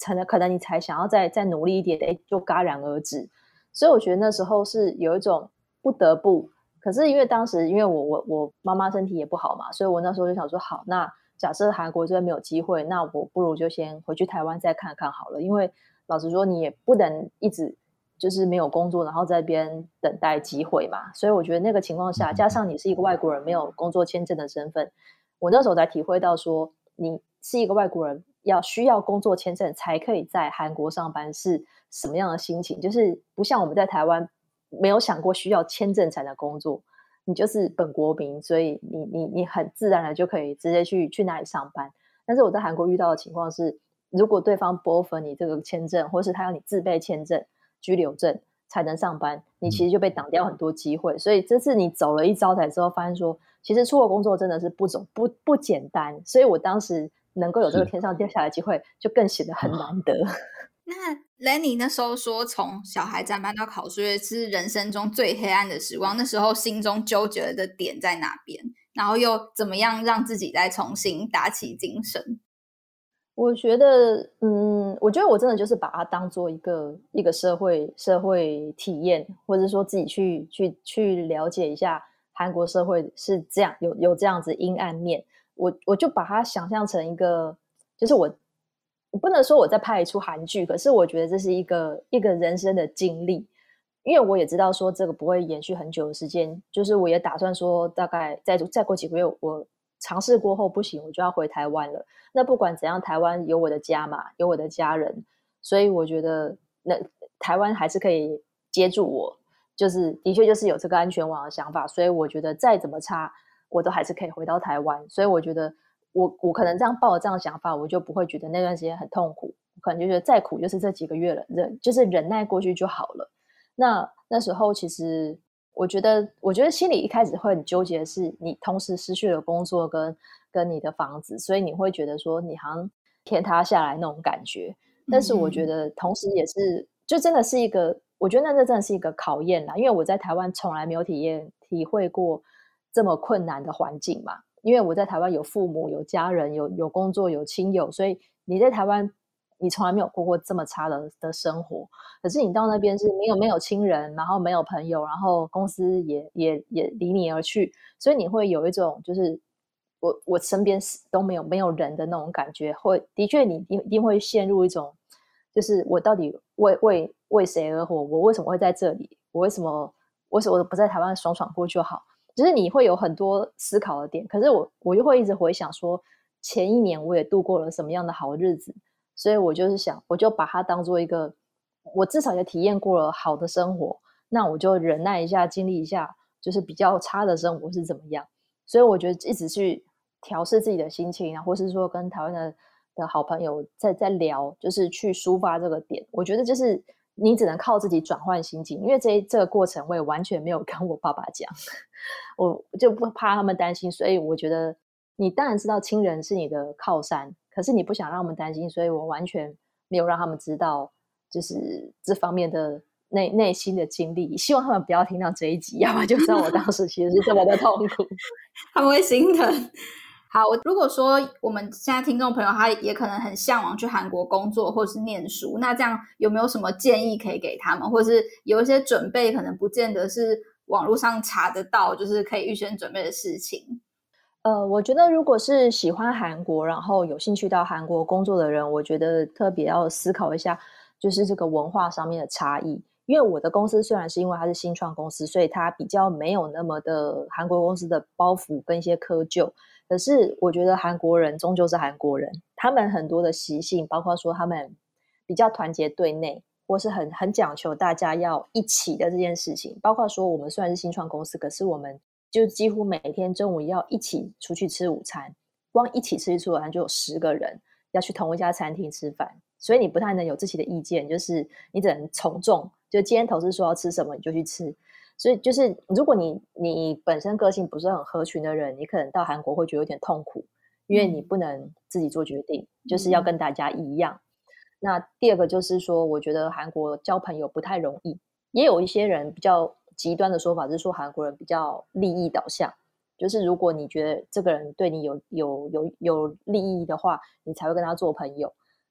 [SPEAKER 3] 可能可能你才想要再再努力一点，哎，就戛然而止。所以我觉得那时候是有一种不得不，可是因为当时因为我我我妈妈身体也不好嘛，所以我那时候就想说，好，那假设韩国这边没有机会，那我不如就先回去台湾再看看好了。因为老实说，你也不能一直就是没有工作，然后在那边等待机会嘛。所以我觉得那个情况下，加上你是一个外国人，没有工作签证的身份，我那时候才体会到说，你是一个外国人，要需要工作签证才可以在韩国上班是什么样的心情。就是不像我们在台湾没有想过需要签证才能工作，你就是本国民，所以你你你很自然的就可以直接去去那里上班。但是我在韩国遇到的情况是，如果对方不 offer 你这个签证，或是他要你自备签证、居留证才能上班，你其实就被挡掉很多机会。所以这次你走了一遭才之后，发现说，其实出国工作真的是不总不不简单。所以我当时能够有这个天上掉下来的机会，就更显得很难得。
[SPEAKER 1] 那 Lenny 那时候说，从小孩站班到考数学是人生中最黑暗的时光，那时候心中纠结的点在哪边？然后又怎么样让自己再重新打起精神？
[SPEAKER 3] 我觉得，嗯，我觉得我真的就是把它当做一个一个社会社会体验，或者说自己去去去了解一下韩国社会是这样，有有这样子阴暗面。我我就把它想象成一个，就是我我不能说我在拍一出韩剧，可是我觉得这是一个一个人生的经历。因为我也知道说这个不会延续很久的时间，就是我也打算说大概再再过几个月，我尝试过后不行，我就要回台湾了。那不管怎样，台湾有我的家嘛，有我的家人，所以我觉得那台湾还是可以接住我，就是的确就是有这个安全网的想法，所以我觉得再怎么差，我都还是可以回到台湾。所以我觉得我我可能这样抱着这样的想法，我就不会觉得那段时间很痛苦，可能就觉得再苦就是这几个月了，忍就是忍耐过去就好了。那那时候其实我觉得我觉得心里一开始会很纠结的是，你同时失去了工作跟跟你的房子，所以你会觉得说你好像天塌下来那种感觉。但是我觉得同时也是就真的是一个，我觉得那这真的是一个考验啦。因为我在台湾从来没有体验体会过这么困难的环境嘛，因为我在台湾有父母有家人有有工作有亲友，所以你在台湾你从来没有过过这么差的的生活。可是你到那边是没有没有亲人，然后没有朋友，然后公司也也也离你而去，所以你会有一种就是我我身边都没有没有人的那种感觉。会的确你一定会陷入一种就是我到底为为为谁而活？我为什么会在这里？我为什么为什么不在台湾爽爽过就好？就是你会有很多思考的点。可是我我就会一直回想说，前一年我也度过了什么样的好日子，所以我就是想，我就把它当做一个，我至少也体验过了好的生活，那我就忍耐一下，经历一下，就是比较差的生活是怎么样。所以我觉得一直去调试自己的心情啊，或是说跟台湾的的好朋友在在聊，就是去抒发这个点。我觉得就是你只能靠自己转换心情，因为这这个过程我也完全没有跟我爸爸讲，我就不怕他们担心，所以我觉得你当然知道亲人是你的靠山，可是你不想让他们担心，所以我完全没有让他们知道就是这方面的内内心的经历。希望他们不要听到这一集，要不然就知道我当时其实是这么的痛苦。
[SPEAKER 1] 他们会心疼。好，如果说我们现在听众朋友他也可能很向往去韩国工作或是念书，那这样有没有什么建议可以给他们，或是有一些准备可能不见得是网络上查得到，就是可以预先准备的事情？
[SPEAKER 3] 呃，我觉得如果是喜欢韩国，然后有兴趣到韩国工作的人，我觉得特别要思考一下，就是这个文化上面的差异。因为我的公司虽然是因为它是新创公司，所以它比较没有那么的韩国公司的包袱跟一些窠臼。可是我觉得韩国人终究是韩国人，他们很多的习性，包括说他们比较团结对内，或是很很讲求大家要一起的这件事情。包括说我们虽然是新创公司，可是我们就几乎每天中午要一起出去吃午餐，光一起吃一次午餐就有十个人要去同一家餐厅吃饭，所以你不太能有自己的意见，就是你只能从众，就今天同事说要吃什么你就去吃。所以就是如果你你本身个性不是很合群的人，你可能到韩国会觉得有点痛苦，因为你不能自己做决定，嗯、就是要跟大家一样。那第二个就是说，我觉得韩国交朋友不太容易，也有一些人比较极端的说法是说韩国人比较利益导向，就是如果你觉得这个人对你有有有有利益的话，你才会跟他做朋友。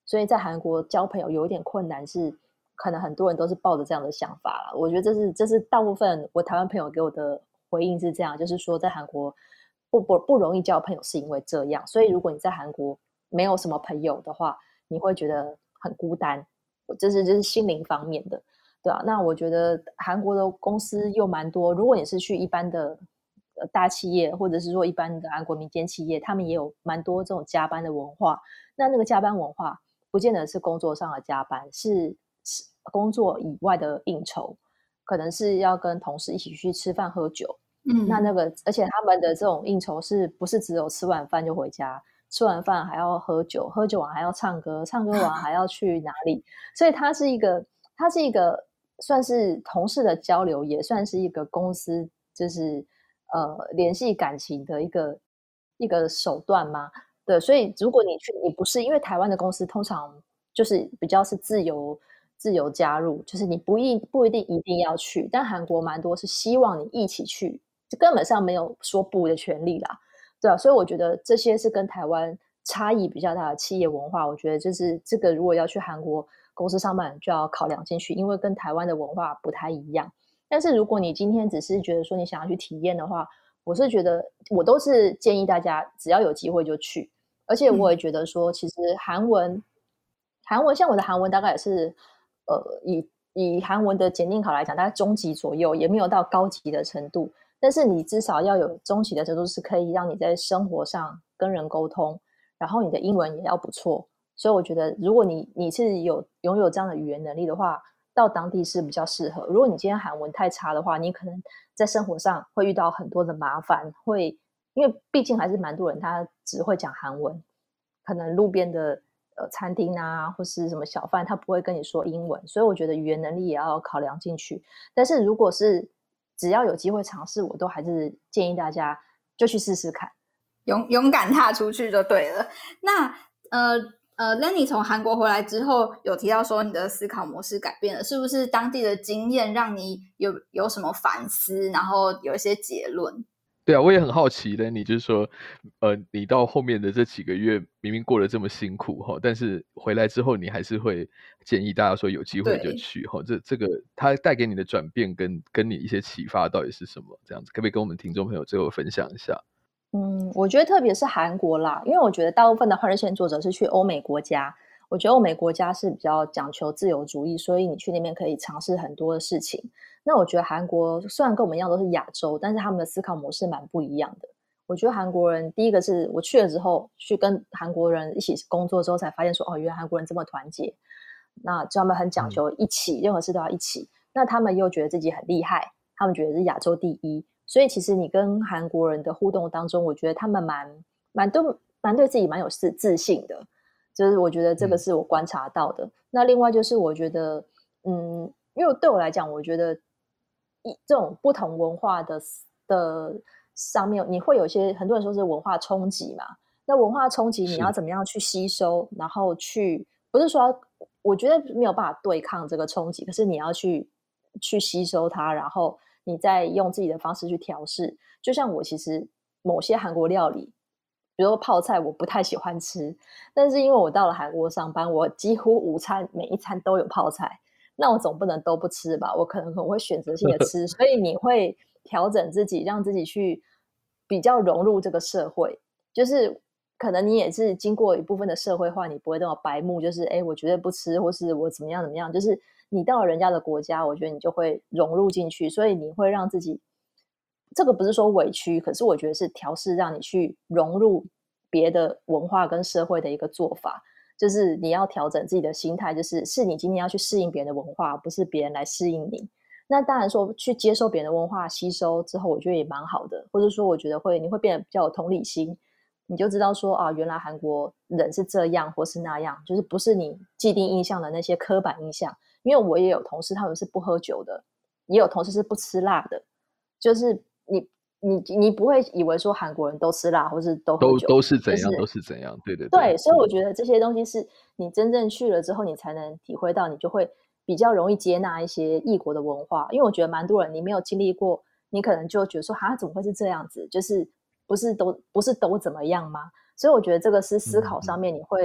[SPEAKER 3] 所以在韩国交朋友有一点困难是，可能很多人都是抱着这样的想法啦。我觉得这是这是大部分我台湾朋友给我的回应是这样，就是说在韩国不不不容易交朋友是因为这样，所以如果你在韩国没有什么朋友的话，你会觉得很孤单，这是这是心灵方面的，对啊。那我觉得韩国的公司又蛮多，如果你是去一般的呃大企业，或者是说一般的韩国民间企业，他们也有蛮多这种加班的文化。那那个加班文化不见得是工作上的加班，是工作以外的应酬，可能是要跟同事一起去吃饭喝酒。嗯，那那个而且他们的这种应酬是不是只有吃完饭就回家，吃完饭还要喝酒，喝酒完还要唱歌，唱歌完还要去哪里，所以它是一个它是一个算是同事的交流，也算是一个公司就是呃联系感情的一个一个手段吗？对，所以如果你去，你不是因为台湾的公司通常就是比较是自由自由加入，就是你不一不一定一定要去，但韩国蛮多是希望你一起去，就根本上没有说不的权利啦，对啊，所以我觉得这些是跟台湾差异比较大的企业文化，我觉得就是这个如果要去韩国公司上班就要考量进去，因为跟台湾的文化不太一样。但是如果你今天只是觉得说你想要去体验的话，我是觉得我都是建议大家只要有机会就去，而且我也觉得说其实韩文韩文像我的韩文大概也是呃以以韩文的检定考来讲大概中级左右，也没有到高级的程度，但是你至少要有中级的程度是可以让你在生活上跟人沟通，然后你的英文也要不错，所以我觉得如果你你是有拥有这样的语言能力的话，到当地是比较适合。如果你今天韩文太差的话，你可能在生活上会遇到很多的麻烦，会因为毕竟还是蛮多人他只会讲韩文，可能路边的呃餐厅啊或是什么小贩他不会跟你说英文，所以我觉得语言能力也要考量进去。但是如果是只要有机会尝试，我都还是建议大家就去试试看，
[SPEAKER 1] 勇勇敢踏出去就对了。那呃呃 Lenny 从韩国回来之后有提到说你的思考模式改变了，是不是当地的经验让你有有什么反思，然后有一些结论？
[SPEAKER 2] 对啊，我也很好奇的，你就是说，呃，你到后面的这几个月明明过得这么辛苦哈，但是回来之后你还是会建议大家说有机会就去哈。这这个它带给你的转变跟跟你一些启发到底是什么？这样子可不可以跟我们听众朋友最后分享一下？
[SPEAKER 3] 嗯，我觉得特别是韩国啦，因为我觉得大部分的换日线作者是去欧美国家，我觉得欧美国家是比较讲求自由主义，所以你去那边可以尝试很多的事情。那我觉得韩国虽然跟我们一样都是亚洲，但是他们的思考模式蛮不一样的。我觉得韩国人第一个是我去了之后，去跟韩国人一起工作之后才发现说，哦，原来韩国人这么团结，那他们很讲求一起，嗯、任何事都要一起。那他们又觉得自己很厉害，他们觉得是亚洲第一。所以其实你跟韩国人的互动当中，我觉得他们蛮蛮都蛮对自己蛮有自自信的，就是我觉得这个是我观察到的。嗯、那另外就是我觉得，嗯，因为对我来讲，我觉得一这种不同文化的的上面，你会有些很多人说是文化冲击嘛。那文化冲击你要怎么样去吸收，然后去不是说我觉得没有办法对抗这个冲击，可是你要去去吸收它，然后你再用自己的方式去调试。就像我其实某些韩国料理，比如说泡菜我不太喜欢吃，但是因为我到了韩国上班，我几乎午餐每一餐都有泡菜，那我总不能都不吃吧，我可能可能会选择性的吃所以你会调整自己，让自己去比较融入这个社会，就是可能你也是经过一部分的社会化，你不会那么白目，就是哎，我绝对不吃，或是我怎么样怎么样，就是你到了人家的国家，我觉得你就会融入进去，所以你会让自己，这个不是说委屈，可是我觉得是调试，让你去融入别的文化跟社会的一个做法，就是你要调整自己的心态，就是是你今天要去适应别人的文化，不是别人来适应你。那当然说去接受别人的文化，吸收之后，我觉得也蛮好的，或者说我觉得会你会变得比较有同理心，你就知道说啊，原来韩国人是这样或是那样，就是不是你既定印象的那些刻板印象。因为我也有同事他们是不喝酒的，也有同事是不吃辣的，就是你你你不会以为说韩国人都吃辣或是都喝酒，
[SPEAKER 2] 都都是怎样、
[SPEAKER 3] 就是、
[SPEAKER 2] 都是怎样，对对
[SPEAKER 3] 对。对，所以我觉得这些东西是你真正去了之后，你才能体会到，你就会比较容易接纳一些异国的文化。因为我觉得蛮多人你没有经历过，你可能就觉得说哈怎么会是这样子，就是不是都不是都怎么样吗？所以我觉得这个是思考上面你会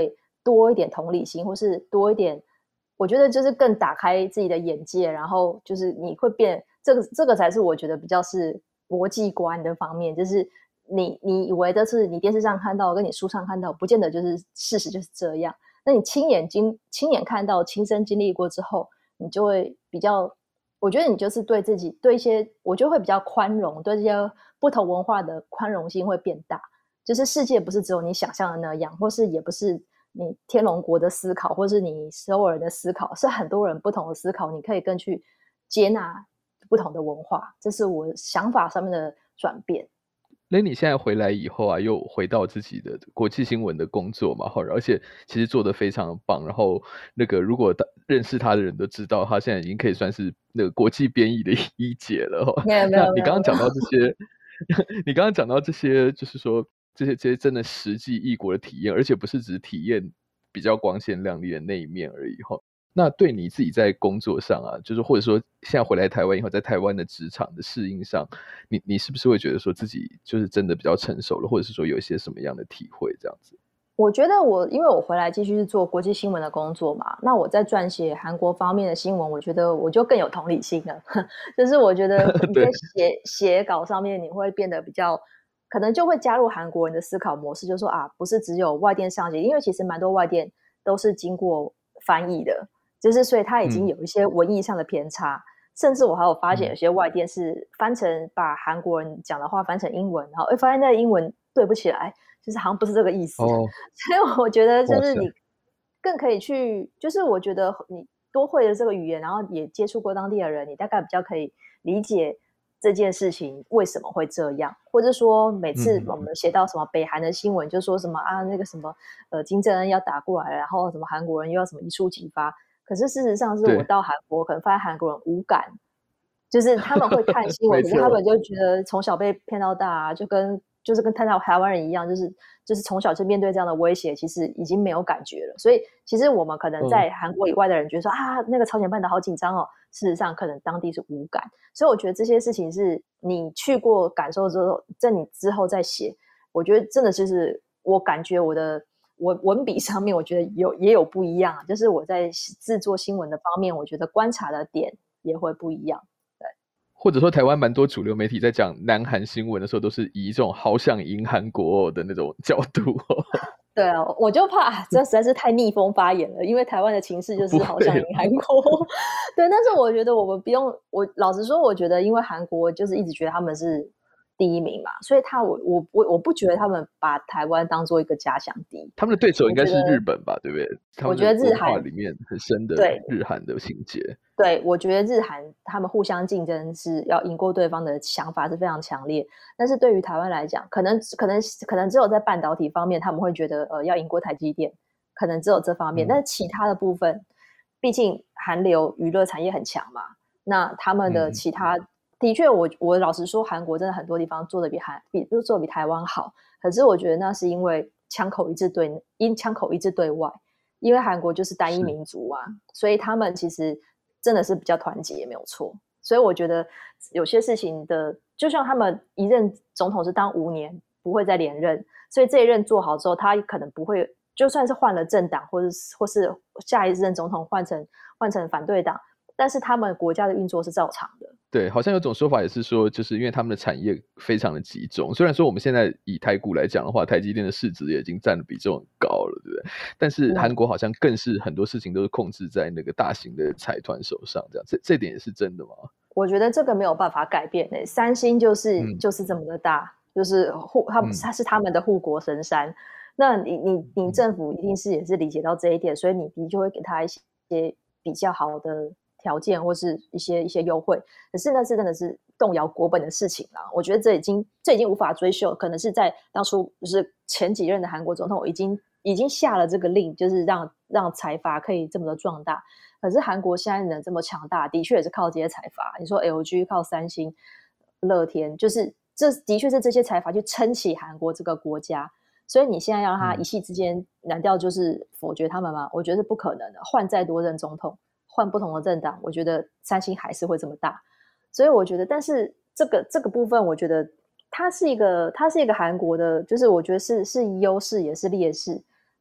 [SPEAKER 3] 多一点同理心，或是多一点，我觉得就是更打开自己的眼界，然后就是你会变，这个这个才是我觉得比较是国际观的方面，就是你你以为的是你电视上看到跟你书上看到不见得就是事实就是这样，那你亲眼经亲眼看到亲身经历过之后，你就会比较，我觉得你就是对自己对一些我就会比较宽容，对这些不同文化的宽容性会变大，就是世界不是只有你想象的那样，或是也不是你天龙国的思考，或是你所有人的思考，是很多人不同的思考，你可以更去接纳不同的文化，这是我想法上面的转变。
[SPEAKER 2] 那你现在回来以后啊，又回到自己的国际新闻的工作嘛，而且其实做得非常的棒。然后那个如果认识他的人都知道，他现在已经可以算是那个国际编译的一姐了。
[SPEAKER 3] 没有没有，
[SPEAKER 2] 那你刚刚讲到这些，你刚刚讲到这些，就是说这些这些真的实际异国的体验，而且不是只是体验比较光鲜亮丽的那一面而已哈。那对你自己在工作上啊，就是或者说现在回来台湾以后，在台湾的职场的适应上，你你是不是会觉得说自己就是真的比较成熟了，或者是说有一些什么样的体会这样子？
[SPEAKER 3] 我觉得我因为我回来继续是做国际新闻的工作嘛，那我在撰写韩国方面的新闻，我觉得我就更有同理心了。就是我觉得你在写写稿上面，你会变得比较，可能就会加入韩国人的思考模式，就说啊，不是只有外电上写，因为其实蛮多外电都是经过翻译的。就是所以它已经有一些文艺上的偏差，嗯、甚至我还有发现有些外电是翻成把韩国人讲的话翻成英文，然后发现那个英文对不起来，就是好像不是这个意思。哦、所以我觉得就是你更可以去，就是我觉得你多会了这个语言，然后也接触过当地的人，你大概比较可以理解这件事情为什么会这样，或者说每次我们写到什么北韩的新闻，就说什么啊那个什么呃金正恩要打过来，然后什么韩国人又要什么一触即发。可是事实上是我到韩国可能发现韩国人无感，就是他们会看新闻，可是他们就觉得从小被骗到大、啊、就跟就是跟看到台湾人一样，就是就是从小就面对这样的威胁，其实已经没有感觉了。所以其实我们可能在韩国以外的人觉得说、嗯、啊那个朝鲜半岛好紧张哦，事实上可能当地是无感。所以我觉得这些事情是你去过感受之后，在你之后再写，我觉得真的就是我感觉我的我文笔上面我觉得有也有不一样，就是我在制作新闻的方面，我觉得观察的点也会不一样。对，
[SPEAKER 2] 或者说台湾蛮多主流媒体在讲南韩新闻的时候，都是以一种好想赢韩国的那种角度。
[SPEAKER 3] 对啊，我就怕这实在是太逆风发言了，因为台湾的情势就是好想赢韩国。对，但是我觉得我们不用，我老实说，我觉得因为韩国就是一直觉得他们是第一名嘛，所以他我我我我不觉得他们把台湾当做一个假想敌。
[SPEAKER 2] 他们的对手应该是日本吧，对不对？
[SPEAKER 3] 我觉得日韩
[SPEAKER 2] 里面很深的日韩的情节。
[SPEAKER 3] 对，我觉得日韩他们互相竞争是要赢过对方的想法是非常强烈，但是对于台湾来讲，可能可能可能只有在半导体方面他们会觉得呃要赢过台积电，可能只有这方面，嗯、但是其他的部分，毕竟韩流娱乐产业很强嘛，那他们的其他。嗯的确我，我老实说，韩国真的很多地方做的比韩比做的比台湾好。可是我觉得那是因为枪口一致对，因枪口一致对外，因为韩国就是单一民族啊，所以他们其实真的是比较团结，没有错。所以我觉得有些事情的，就像他们一任总统是当五年，不会再连任，所以这一任做好之后，他可能不会，就算是换了政党，或是或是下一任总统换成换成反对党。但是他们国家的运作是照常的。
[SPEAKER 2] 对，好像有种说法也是说，就是因为他们的产业非常的集中。虽然说我们现在以台股来讲的话，台积电的市值也已经占的比重很高了，对不对？但是韩国好像更是很多事情都是控制在那个大型的财团手上，这样这这点也是真的吗？
[SPEAKER 3] 我觉得这个没有办法改变诶、欸，三星就是、嗯、就是这么的大，就是护它它是他们的护国神山。嗯、那你你你政府一定是也是理解到这一点，所以你的确会给他一些比较好的条件或是一些一些优惠，可是那是真的是动摇国本的事情啦。我觉得这已经这已经无法追究，可能是在当初就是前几任的韩国总统已经已经下了这个令，就是让让财阀可以这么的壮大。可是韩国现在能这么强大，的确也是靠这些财阀。你说 L G 靠三星、乐天，就是这的确是这些财阀去撑起韩国这个国家。所以你现在要让他一夕之间，难道就是否决他们吗？我觉得是不可能的。换再多任总统，换不同的政党，我觉得三星还是会这么大。所以我觉得，但是这个这个部分，我觉得它是一个它是一个韩国的，就是我觉得是是优势也是劣势。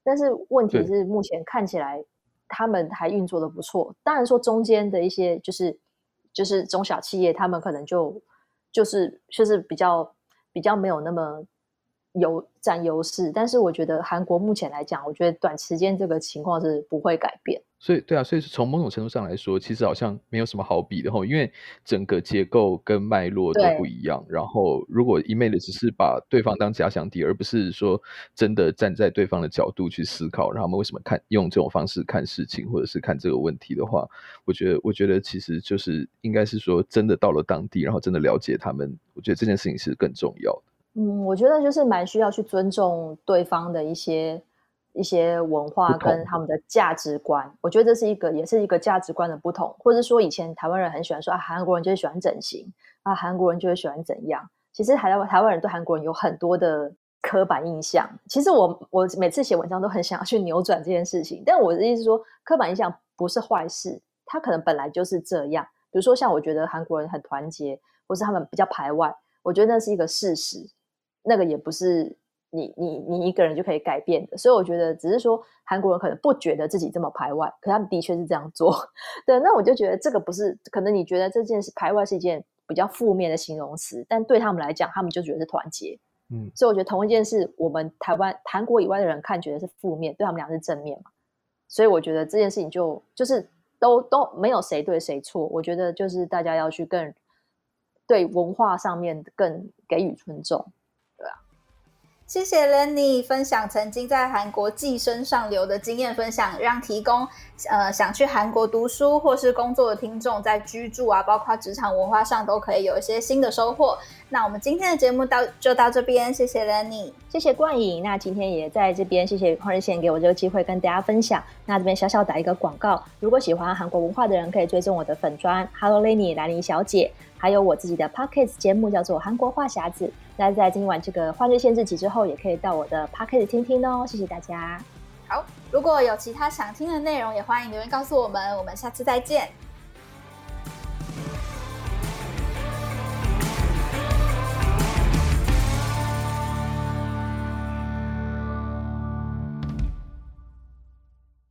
[SPEAKER 3] 但是问题是目前看起来他们还运作的不错。当然说中间的一些就是就是中小企业，他们可能就就是就是比较比较没有那么有占优势，但是我觉得韩国目前来讲，我觉得短时间这个情况是不会改变。
[SPEAKER 2] 所以对啊，所以从某种程度上来说，其实好像没有什么好比的，因为整个结构跟脉络都不一样。然后如果一昧的只是把对方当假想敌，而不是说真的站在对方的角度去思考，然后他们为什么看用这种方式看事情，或者是看这个问题的话，我觉得我觉得其实就是应该是说真的到了当地，然后真的了解他们，我觉得这件事情是更重要的。
[SPEAKER 3] 嗯，我觉得就是蛮需要去尊重对方的一些一些文化跟他们的价值观，我觉得这是一个也是一个价值观的不同，或者说以前台湾人很喜欢说啊，韩国人就是喜欢整形啊，韩国人就是喜欢怎样。其实台湾台湾人对韩国人有很多的刻板印象。其实我我每次写文章都很想要去扭转这件事情，但我的意思是说，刻板印象不是坏事，它可能本来就是这样。比如说像我觉得韩国人很团结，或是他们比较排外，我觉得那是一个事实。那个也不是你你你一个人就可以改变的，所以我觉得只是说韩国人可能不觉得自己这么排外，可他们的确是这样做。对，那我就觉得这个不是，可能你觉得这件事排外是一件比较负面的形容词，但对他们来讲，他们就觉得是团结。嗯，所以我觉得同一件事，我们台湾韩国以外的人看觉得是负面，对他们俩是正面嘛。所以我觉得这件事情就就是都都没有谁对谁错，我觉得就是大家要去更对文化上面更给予尊重。
[SPEAKER 1] 谢谢 Lenny 分享曾经在韩国寄生上流的经验分享，让提供呃想去韩国读书或是工作的听众在居住啊，包括职场文化上都可以有一些新的收获。那我们今天的节目到就到这边，谢谢 Lenny，
[SPEAKER 3] 谢谢冠颖。那今天也在这边谢谢换日线给我这个机会跟大家分享。那这边小小打一个广告，如果喜欢韩国文化的人可以追踪我的粉专 Hello Lenny 兰妮小姐，还有我自己的 Podcast 节目叫做韩国话匣子。那在今晚这个换日线日期之后，也可以到我的 Podcast 听听哦。谢谢大家。
[SPEAKER 1] 好，如果有其他想听的内容，也欢迎留言告诉我们。我们下次再见。